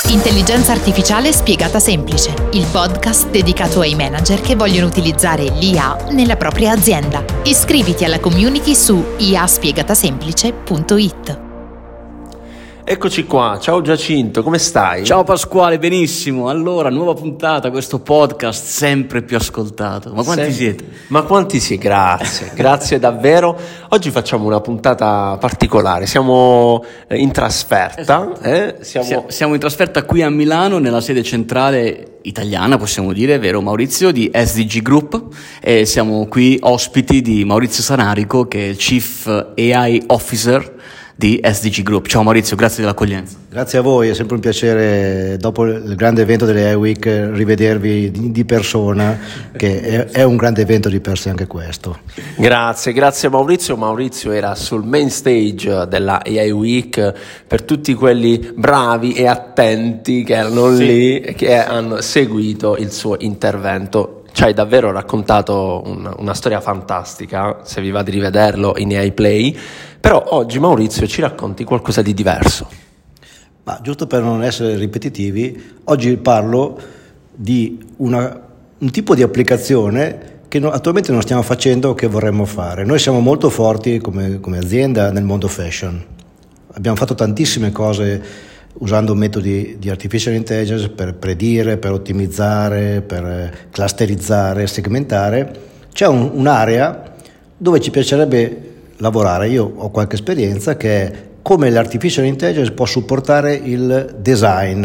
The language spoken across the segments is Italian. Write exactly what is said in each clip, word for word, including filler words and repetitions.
Intelligenza artificiale spiegata semplice, il podcast dedicato ai manager che vogliono utilizzare l'I A nella propria azienda. Iscriviti alla community su i a spiegata semplice punto it. Eccoci qua, ciao Giacinto, come stai? Ciao Pasquale, benissimo. Allora, nuova puntata, questo podcast sempre più ascoltato. Ma quanti Sem- siete? Ma quanti siete? Grazie, grazie davvero. Oggi facciamo una puntata particolare, siamo in trasferta. Esatto. eh? siamo... Siamo, siamo in trasferta qui a Milano, nella sede centrale italiana, possiamo dire, vero Maurizio, di S D G Group, e siamo qui ospiti di Maurizio Sanarico, che è il Chief A I Officer di S D G Group. Ciao Maurizio, grazie dell'accoglienza. Grazie a voi, è sempre un piacere dopo il grande evento delle A I Week rivedervi di, di persona, che è, è un grande evento di per sé anche questo. Grazie, grazie Maurizio. Maurizio era sul main stage della A I Week per tutti quelli bravi e attenti che erano sì. lì e che hanno seguito il suo intervento. Ci hai davvero raccontato un, una storia fantastica, se vi va di rivederlo in A I Play, però oggi Maurizio ci racconti qualcosa di diverso. Ma giusto per non essere ripetitivi, oggi parlo di una, un tipo di applicazione che no, attualmente non stiamo facendo, che vorremmo fare. Noi siamo molto forti come, come azienda nel mondo fashion, abbiamo fatto tantissime cose usando metodi di artificial intelligence per predire, per ottimizzare, per clusterizzare, segmentare. C'è un, un'area dove ci piacerebbe lavorare. Io ho qualche esperienza, che è come l'artificial intelligence può supportare il design.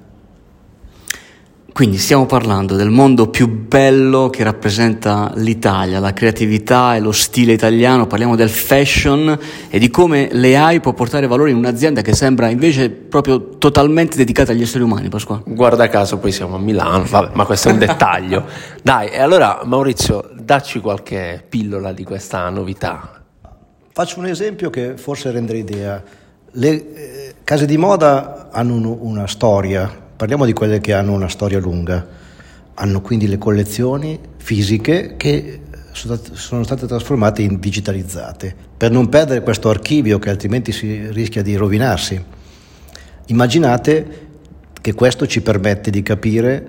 Quindi stiamo parlando del mondo più bello che rappresenta l'Italia, la creatività e lo stile italiano, parliamo del fashion e di come l'A I può portare valore in un'azienda che sembra invece proprio totalmente dedicata agli esseri umani, Pasquale. Guarda caso poi siamo a Milano, vabbè, ma questo è un dettaglio. Dai, e allora Maurizio, dacci qualche pillola di questa novità. Faccio un esempio che forse rende l'idea. Le eh, case di moda hanno un, una storia. Parliamo di quelle che hanno una storia lunga, hanno quindi le collezioni fisiche che sono state trasformate in digitalizzate, per non perdere questo archivio che altrimenti si rischia di rovinarsi. Immaginate che questo ci permette di capire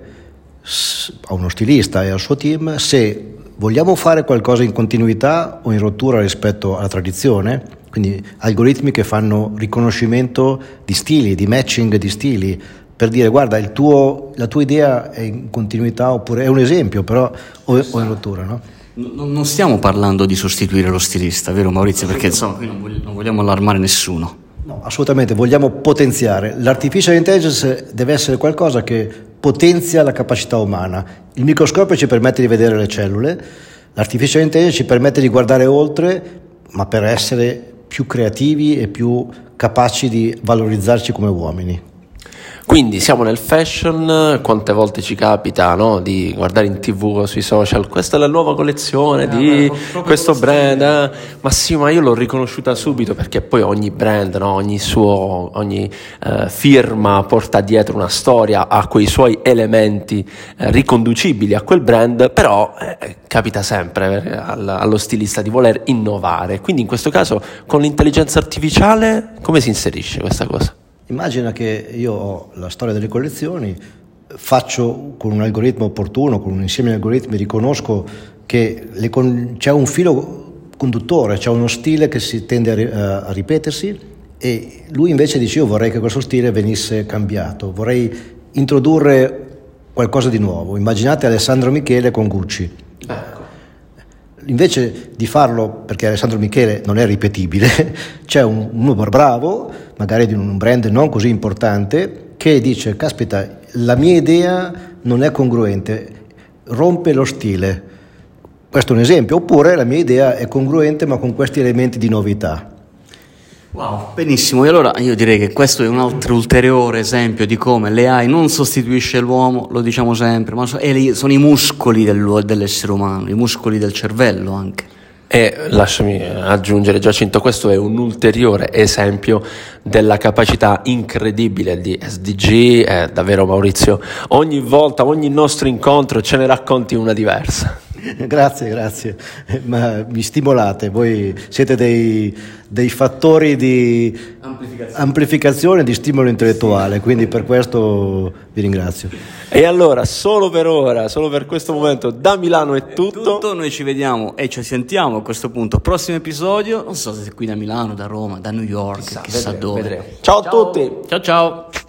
a uno stilista e al suo team se vogliamo fare qualcosa in continuità o in rottura rispetto alla tradizione, quindi algoritmi che fanno riconoscimento di stili, di matching di stili, per dire guarda il tuo, la tua idea è in continuità oppure è un esempio però o, o in rottura, no? Non, non stiamo parlando di sostituire lo stilista, vero Maurizio? Perché insomma qui non vogliamo, non vogliamo allarmare nessuno. No, assolutamente, vogliamo potenziare. L'artificial intelligence deve essere qualcosa che potenzia la capacità umana. Il microscopio ci permette di vedere le cellule, l'artificial intelligence ci permette di guardare oltre, ma per essere più creativi e più capaci di valorizzarci come uomini. Quindi siamo nel fashion, quante volte ci capita, no, di guardare in tv o sui social, questa è la nuova collezione eh, di beh, questo brand, eh. ma sì, ma io l'ho riconosciuta subito, perché poi ogni brand, no, ogni suo, ogni eh, firma porta dietro una storia, ha quei suoi elementi eh, riconducibili a quel brand, però eh, capita sempre eh, allo stilista di voler innovare, quindi in questo caso con l'intelligenza artificiale come si inserisce questa cosa? Immagina che io ho la storia delle collezioni, faccio con un algoritmo opportuno, con un insieme di algoritmi, riconosco che le con- c'è un filo conduttore, c'è uno stile che si tende a, ri- a ripetersi, e lui invece dice io vorrei che questo stile venisse cambiato, vorrei introdurre qualcosa di nuovo. Immaginate Alessandro Michele con Gucci. Ecco. Invece di farlo, perché Alessandro Michele non è ripetibile, c'è un, uno bravo, magari di un brand non così importante, che dice caspita, la mia idea non è congruente, rompe lo stile. Questo è un esempio. Oppure la mia idea è congruente ma con questi elementi di novità. Wow, benissimo. E allora io direi che questo è un altro ulteriore esempio di come l'A I non sostituisce l'uomo, lo diciamo sempre, ma sono i muscoli dell'essere umano, i muscoli del cervello anche. E lasciami aggiungere, Giacinto, questo è un ulteriore esempio della capacità incredibile di S D G. Eh, davvero Maurizio, ogni volta, ogni nostro incontro ce ne racconti una diversa. Grazie, grazie, ma mi stimolate, voi siete dei, dei fattori di amplificazione. amplificazione, di stimolo intellettuale, quindi per questo vi ringrazio. E allora, solo per ora, solo per questo momento, da Milano è tutto. È tutto, noi ci vediamo e ci sentiamo a questo punto. Prossimo episodio, non so se qui da Milano, da Roma, da New York, chissà, chissà vedremo, dove. Vedremo. Ciao, ciao a tutti. Ciao ciao.